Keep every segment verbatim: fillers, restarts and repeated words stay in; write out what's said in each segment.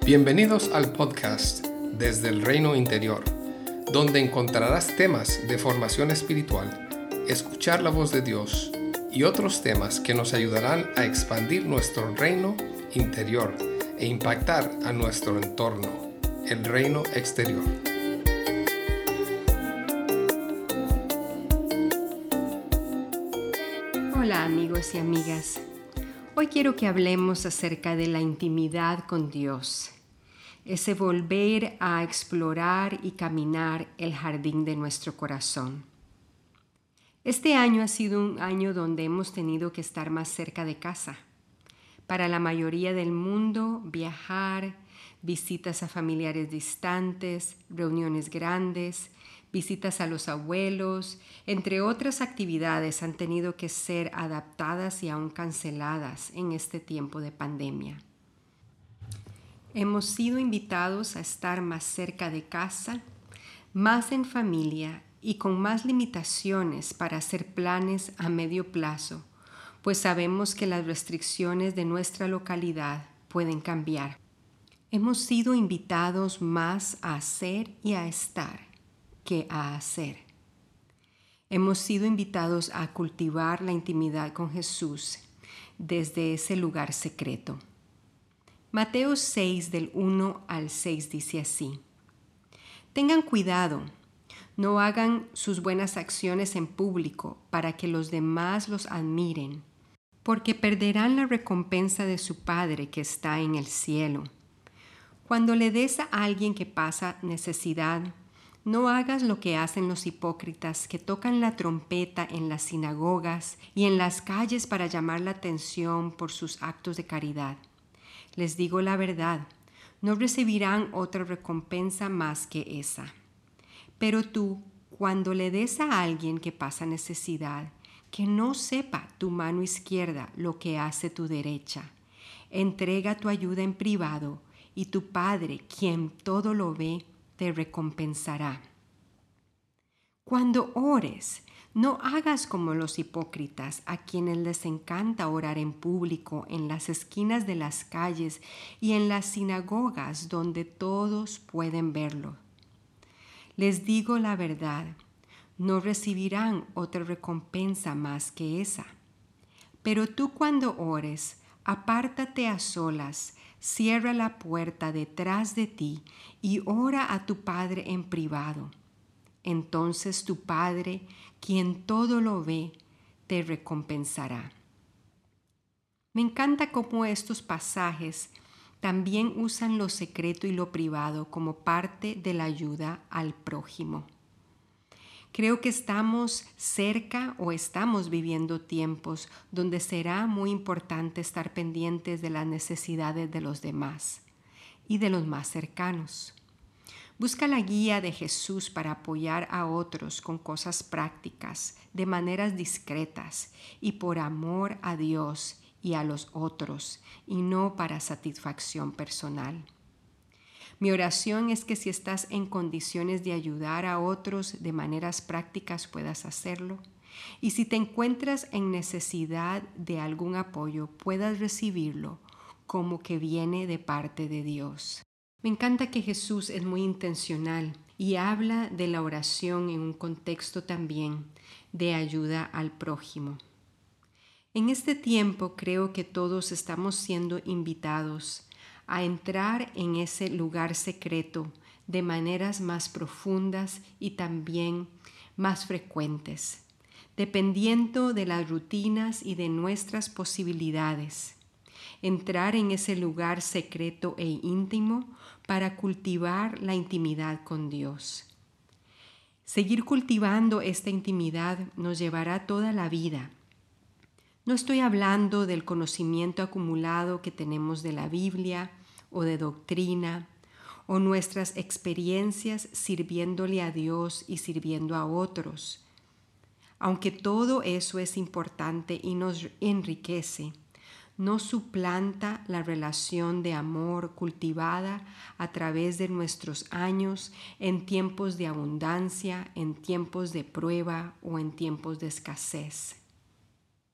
Bienvenidos al podcast Desde el Reino Interior, donde encontrarás temas de formación espiritual, escuchar la voz de Dios y otros temas que nos ayudarán a expandir nuestro reino interior e impactar a nuestro entorno, el reino exterior. Hola amigos y amigas, hoy quiero que hablemos acerca de la intimidad con Dios, ese volver a explorar y caminar el jardín de nuestro corazón. Este año ha sido un año donde hemos tenido que estar más cerca de casa. Para la mayoría del mundo, viajar, visitas a familiares distantes, reuniones grandes, visitas a los abuelos, entre otras actividades han tenido que ser adaptadas y aún canceladas en este tiempo de pandemia. Hemos sido invitados a estar más cerca de casa, más en familia y con más limitaciones para hacer planes a medio plazo, pues sabemos que las restricciones de nuestra localidad pueden cambiar. Hemos sido invitados más a hacer y a estar que a hacer. Hemos sido invitados a cultivar la intimidad con Jesús desde ese lugar secreto. Mateo seis del uno al seis dice así: Tengan cuidado, no hagan sus buenas acciones en público para que los demás los admiren, porque perderán la recompensa de su Padre que está en el cielo. Cuando le des a alguien que pasa necesidad, no hagas lo que hacen los hipócritas que tocan la trompeta en las sinagogas y en las calles para llamar la atención por sus actos de caridad. Les digo la verdad, no recibirán otra recompensa más que esa. Pero tú, cuando le des a alguien que pasa necesidad, que no sepa tu mano izquierda lo que hace tu derecha, entrega tu ayuda en privado y tu Padre, quien todo lo ve, te recompensará. Cuando ores, no hagas como los hipócritas, a quienes les encanta orar en público, en las esquinas de las calles y en las sinagogas donde todos pueden verlo. Les digo la verdad, no recibirán otra recompensa más que esa. Pero tú cuando ores, apártate a solas, cierra la puerta detrás de ti y ora a tu Padre en privado. Entonces tu Padre, quien todo lo ve, te recompensará. Me encanta cómo estos pasajes también usan lo secreto y lo privado como parte de la ayuda al prójimo. Creo que estamos cerca o estamos viviendo tiempos donde será muy importante estar pendientes de las necesidades de los demás y de los más cercanos. Busca la guía de Jesús para apoyar a otros con cosas prácticas, de maneras discretas y por amor a Dios y a los otros, y no para satisfacción personal. Mi oración es que si estás en condiciones de ayudar a otros de maneras prácticas puedas hacerlo, y si te encuentras en necesidad de algún apoyo puedas recibirlo como que viene de parte de Dios. Me encanta que Jesús es muy intencional y habla de la oración en un contexto también de ayuda al prójimo. En este tiempo creo que todos estamos siendo invitados a entrar en ese lugar secreto de maneras más profundas y también más frecuentes, dependiendo de las rutinas y de nuestras posibilidades. Entrar en ese lugar secreto e íntimo para cultivar la intimidad con Dios. Seguir cultivando esta intimidad nos llevará toda la vida. No estoy hablando del conocimiento acumulado que tenemos de la Biblia o de doctrina o nuestras experiencias sirviéndole a Dios y sirviendo a otros. Aunque todo eso es importante y nos enriquece, no suplanta la relación de amor cultivada a través de nuestros años en tiempos de abundancia, en tiempos de prueba o en tiempos de escasez.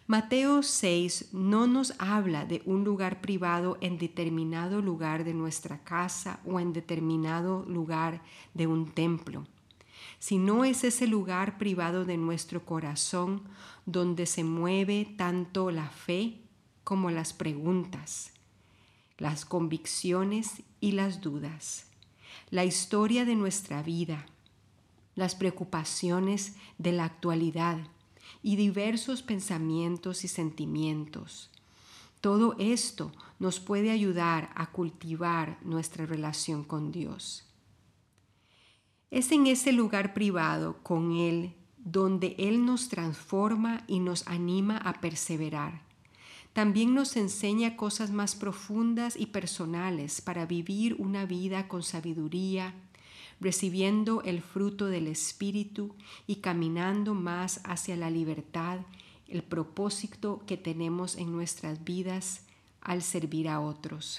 Mateo seis no nos habla de un lugar privado en determinado lugar de nuestra casa o en determinado lugar de un templo, sino es ese lugar privado de nuestro corazón donde se mueve tanto la fe como las preguntas, las convicciones y las dudas, la historia de nuestra vida, las preocupaciones de la actualidad y diversos pensamientos y sentimientos. Todo esto nos puede ayudar a cultivar nuestra relación con Dios. Es en ese lugar privado con Él donde Él nos transforma y nos anima a perseverar. También nos enseña cosas más profundas y personales para vivir una vida con sabiduría, recibiendo el fruto del Espíritu y caminando más hacia la libertad, el propósito que tenemos en nuestras vidas al servir a otros.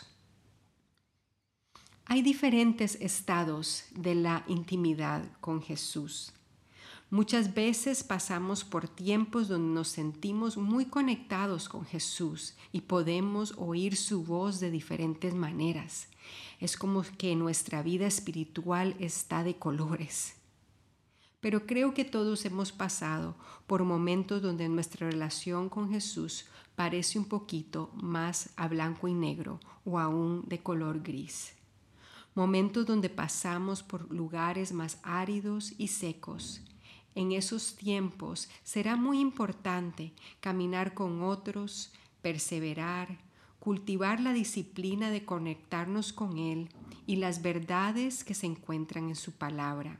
Hay diferentes estados de la intimidad con Jesús. Muchas veces pasamos por tiempos donde nos sentimos muy conectados con Jesús y podemos oír su voz de diferentes maneras. Es como que nuestra vida espiritual está de colores. Pero creo que todos hemos pasado por momentos donde nuestra relación con Jesús parece un poquito más a blanco y negro o aún de color gris. Momentos donde pasamos por lugares más áridos y secos. En esos tiempos será muy importante caminar con otros, perseverar, cultivar la disciplina de conectarnos con Él y las verdades que se encuentran en su palabra.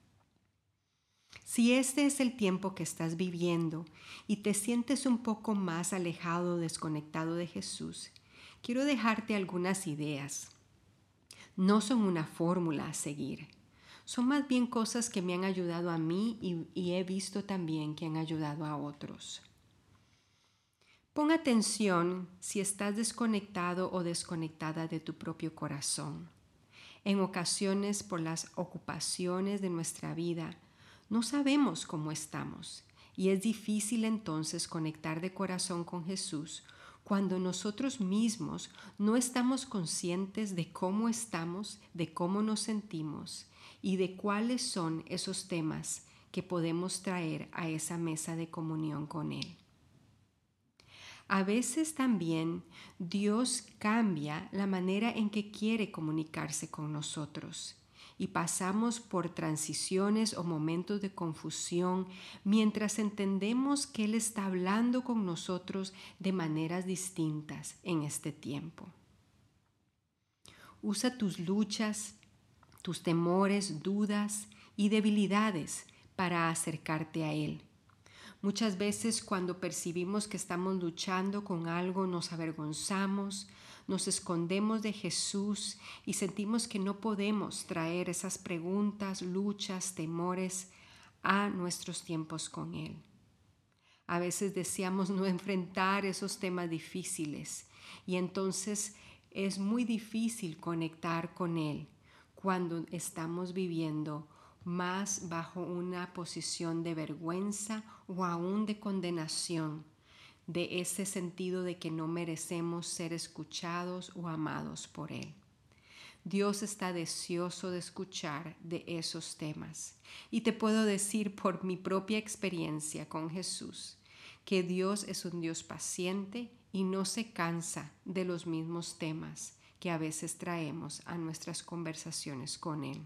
Si este es el tiempo que estás viviendo y te sientes un poco más alejado o desconectado de Jesús, quiero dejarte algunas ideas. No son una fórmula a seguir. Son más bien cosas que me han ayudado a mí y, y he visto también que han ayudado a otros. Pon atención si estás desconectado o desconectada de tu propio corazón. En ocasiones, por las ocupaciones de nuestra vida, no sabemos cómo estamos y es difícil entonces conectar de corazón con Jesús cuando nosotros mismos no estamos conscientes de cómo estamos, de cómo nos sentimos y de cuáles son esos temas que podemos traer a esa mesa de comunión con Él. A veces también Dios cambia la manera en que quiere comunicarse con nosotros y pasamos por transiciones o momentos de confusión mientras entendemos que Él está hablando con nosotros de maneras distintas en este tiempo. Usa tus luchas, tus temores, dudas y debilidades para acercarte a Él. Muchas veces cuando percibimos que estamos luchando con algo nos avergonzamos, nos escondemos de Jesús y sentimos que no podemos traer esas preguntas, luchas, temores a nuestros tiempos con Él. A veces deseamos no enfrentar esos temas difíciles y entonces es muy difícil conectar con Él cuando estamos viviendo más bajo una posición de vergüenza o aún de condenación, de ese sentido de que no merecemos ser escuchados o amados por Él. Dios está deseoso de escuchar de esos temas. Y te puedo decir por mi propia experiencia con Jesús, que Dios es un Dios paciente y no se cansa de los mismos temas que a veces traemos a nuestras conversaciones con Él.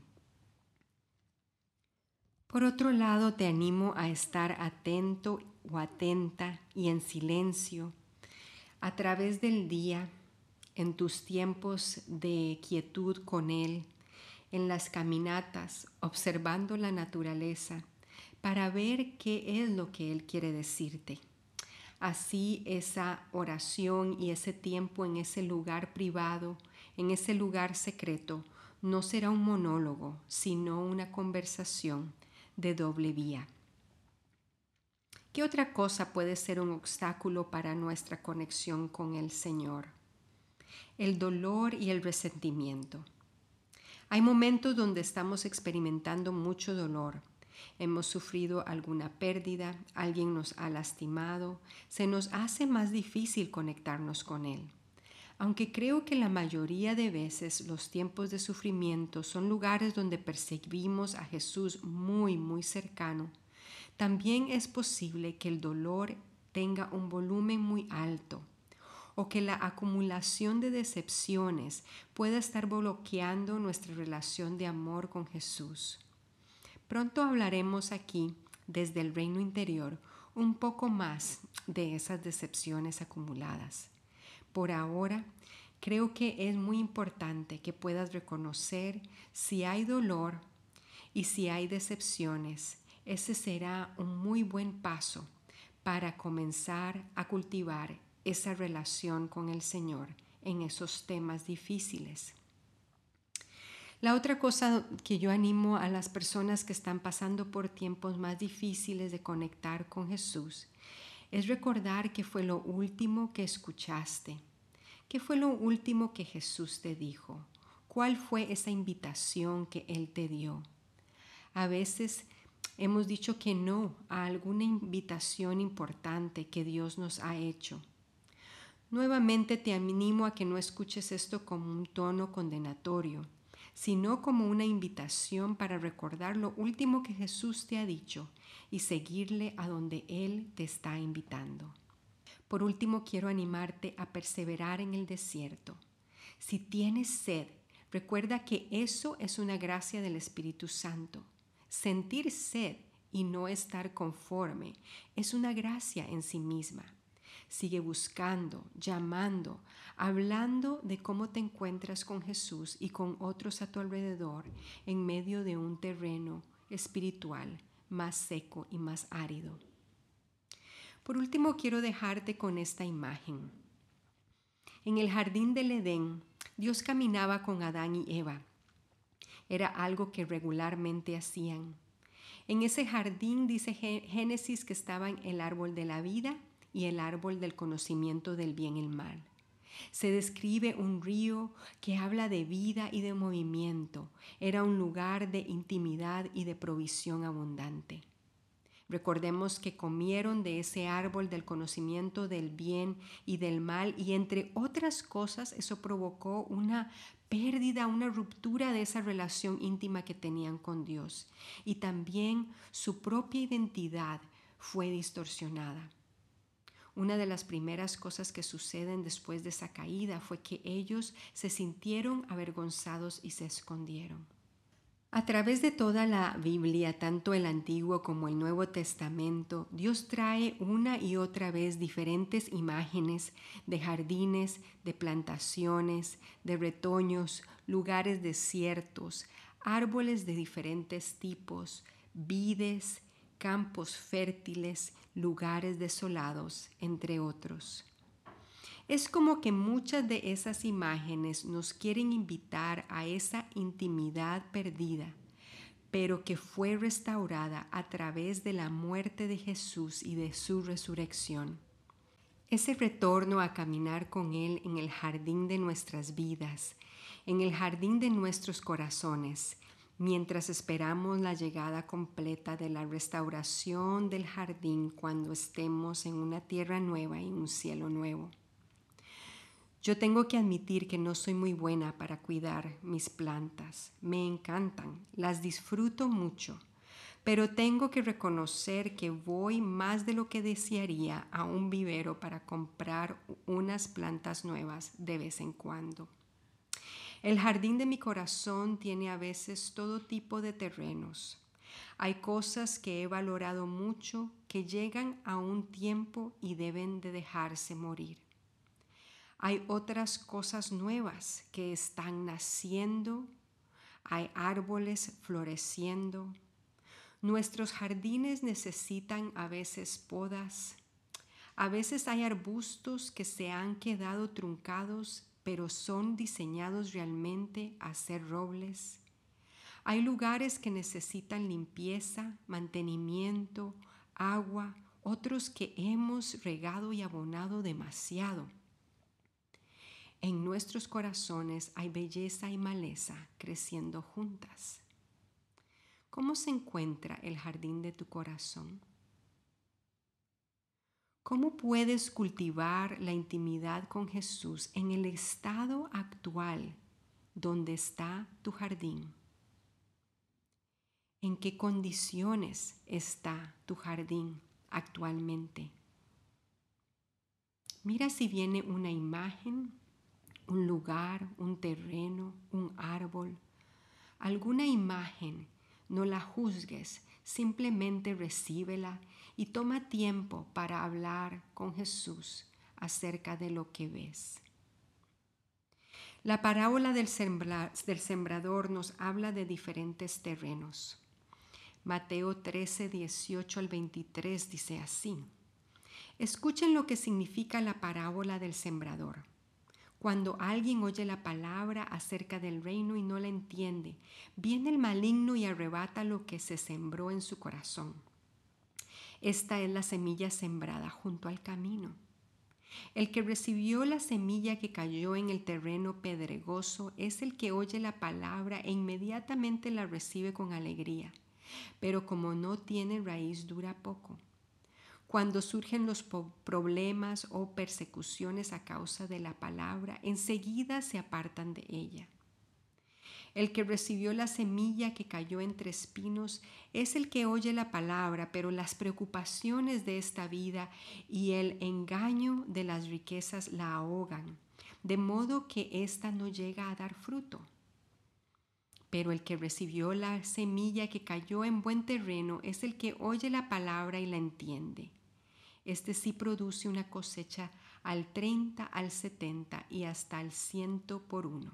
Por otro lado, te animo a estar atento o atenta y en silencio a través del día, en tus tiempos de quietud con Él, en las caminatas, observando la naturaleza, para ver qué es lo que Él quiere decirte. Así esa oración y ese tiempo en ese lugar privado, en ese lugar secreto, no será un monólogo, sino una conversación de doble vía. ¿Qué otra cosa puede ser un obstáculo para nuestra conexión con el Señor? El dolor y el resentimiento. Hay momentos donde estamos experimentando mucho dolor, hemos sufrido alguna pérdida, alguien nos ha lastimado, se nos hace más difícil conectarnos con Él. Aunque creo que la mayoría de veces los tiempos de sufrimiento son lugares donde percibimos a Jesús muy, muy cercano, también es posible que el dolor tenga un volumen muy alto o que la acumulación de decepciones pueda estar bloqueando nuestra relación de amor con Jesús. Pronto hablaremos aquí, desde el reino interior, un poco más de esas decepciones acumuladas. Por ahora, creo que es muy importante que puedas reconocer si hay dolor y si hay decepciones. Ese será un muy buen paso para comenzar a cultivar esa relación con el Señor en esos temas difíciles. La otra cosa que yo animo a las personas que están pasando por tiempos más difíciles de conectar con Jesús es recordar qué fue lo último que escuchaste, qué fue lo último que Jesús te dijo, cuál fue esa invitación que Él te dio. A veces hemos dicho que no a alguna invitación importante que Dios nos ha hecho. Nuevamente te animo a que no escuches esto como un tono condenatorio, sino como una invitación para recordar lo último que Jesús te ha dicho y seguirle a donde Él te está invitando. Por último, quiero animarte a perseverar en el desierto. Si tienes sed, recuerda que eso es una gracia del Espíritu Santo. Sentir sed y no estar conforme es una gracia en sí misma. Sigue buscando, llamando, hablando de cómo te encuentras con Jesús y con otros a tu alrededor en medio de un terreno espiritual más seco y más árido. Por último, quiero dejarte con esta imagen. En el jardín del Edén, Dios caminaba con Adán y Eva. Era algo que regularmente hacían. En ese jardín dice Génesis que estaban el árbol de la vida y el árbol del conocimiento del bien y el mal. Se describe un río que habla de vida y de movimiento. Era un lugar de intimidad y de provisión abundante. Recordemos que comieron de ese árbol del conocimiento del bien y del mal y entre otras cosas eso provocó una pérdida, una ruptura de esa relación íntima que tenían con Dios y también su propia identidad fue distorsionada. Una de las primeras cosas que suceden después de esa caída fue que ellos se sintieron avergonzados y se escondieron. A través de toda la Biblia, tanto el Antiguo como el Nuevo Testamento, Dios trae una y otra vez diferentes imágenes de jardines, de plantaciones, de retoños, lugares desiertos, árboles de diferentes tipos, vides, campos fértiles, lugares desolados, entre otros. Es como que muchas de esas imágenes nos quieren invitar a esa intimidad perdida, pero que fue restaurada a través de la muerte de Jesús y de su resurrección. Ese retorno a caminar con Él en el jardín de nuestras vidas, en el jardín de nuestros corazones, mientras esperamos la llegada completa de la restauración del jardín cuando estemos en una tierra nueva y un cielo nuevo. Yo tengo que admitir que no soy muy buena para cuidar mis plantas. Me encantan, las disfruto mucho, pero tengo que reconocer que voy más de lo que desearía a un vivero para comprar unas plantas nuevas de vez en cuando. El jardín de mi corazón tiene a veces todo tipo de terrenos. Hay cosas que he valorado mucho que llegan a un tiempo y deben de dejarse morir. Hay otras cosas nuevas que están naciendo, hay árboles floreciendo. Nuestros jardines necesitan a veces podas, a veces hay arbustos que se han quedado truncados, pero son diseñados realmente a ser robles. Hay lugares que necesitan limpieza, mantenimiento, agua, otros que hemos regado y abonado demasiado. En nuestros corazones hay belleza y maleza creciendo juntas. ¿cómo se encuentra el jardín de tu corazón? ¿Cómo puedes cultivar la intimidad con Jesús en el estado actual donde está tu jardín? ¿En qué condiciones está tu jardín actualmente? Mira si viene una imagen, un lugar, un terreno, un árbol, alguna imagen. No la juzgues, simplemente recíbela y toma tiempo para hablar con Jesús acerca de lo que ves. La parábola del, sembra, del sembrador nos habla de diferentes terrenos. Mateo trece, dieciocho al veintitrés dice así: escuchen lo que significa la parábola del sembrador. Cuando alguien oye la palabra acerca del reino y no la entiende, viene el maligno y arrebata lo que se sembró en su corazón. Esta es la semilla sembrada junto al camino. El que recibió la semilla que cayó en el terreno pedregoso es el que oye la palabra e inmediatamente la recibe con alegría, pero como no tiene raíz dura poco. Cuando surgen los problemas o persecuciones a causa de la palabra, enseguida se apartan de ella. El que recibió la semilla que cayó entre espinos es el que oye la palabra, pero las preocupaciones de esta vida y el engaño de las riquezas la ahogan, de modo que ésta no llega a dar fruto. Pero el que recibió la semilla que cayó en buen terreno es el que oye la palabra y la entiende. Este sí produce una cosecha al treinta, al setenta y hasta al ciento por uno.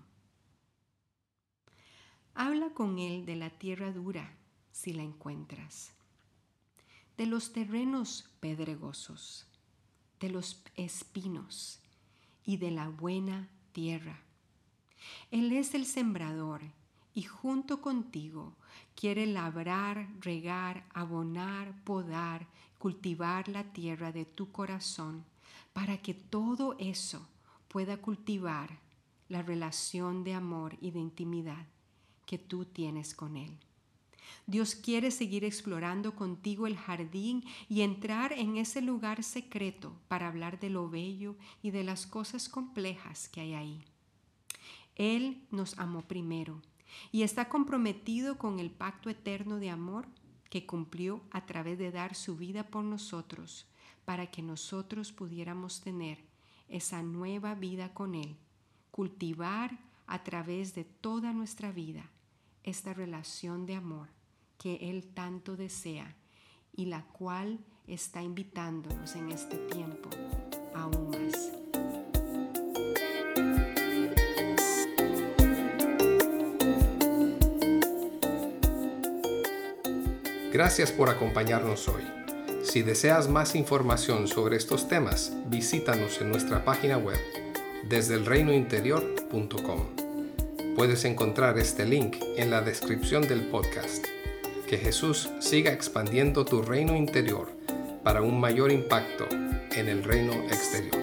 Habla con él de la tierra dura, si la encuentras, de los terrenos pedregosos, de los espinos y de la buena tierra. Él es el sembrador y junto contigo quiere labrar, regar, abonar, podar, cultivar la tierra de tu corazón para que todo eso pueda cultivar la relación de amor y de intimidad que tú tienes con Él. Dios quiere seguir explorando contigo el jardín y entrar en ese lugar secreto para hablar de lo bello y de las cosas complejas que hay ahí. Él nos amó primero y está comprometido con el pacto eterno de amor que cumplió a través de dar su vida por nosotros para que nosotros pudiéramos tener esa nueva vida con Él, cultivar a través de toda nuestra vida esta relación de amor que Él tanto desea y la cual está invitándonos en este tiempo aún más. Gracias por acompañarnos hoy. Si deseas más información sobre estos temas, visítanos en nuestra página web desde el reino interior punto com. Puedes encontrar este link en la descripción del podcast. Que Jesús siga expandiendo tu reino interior para un mayor impacto en el reino exterior.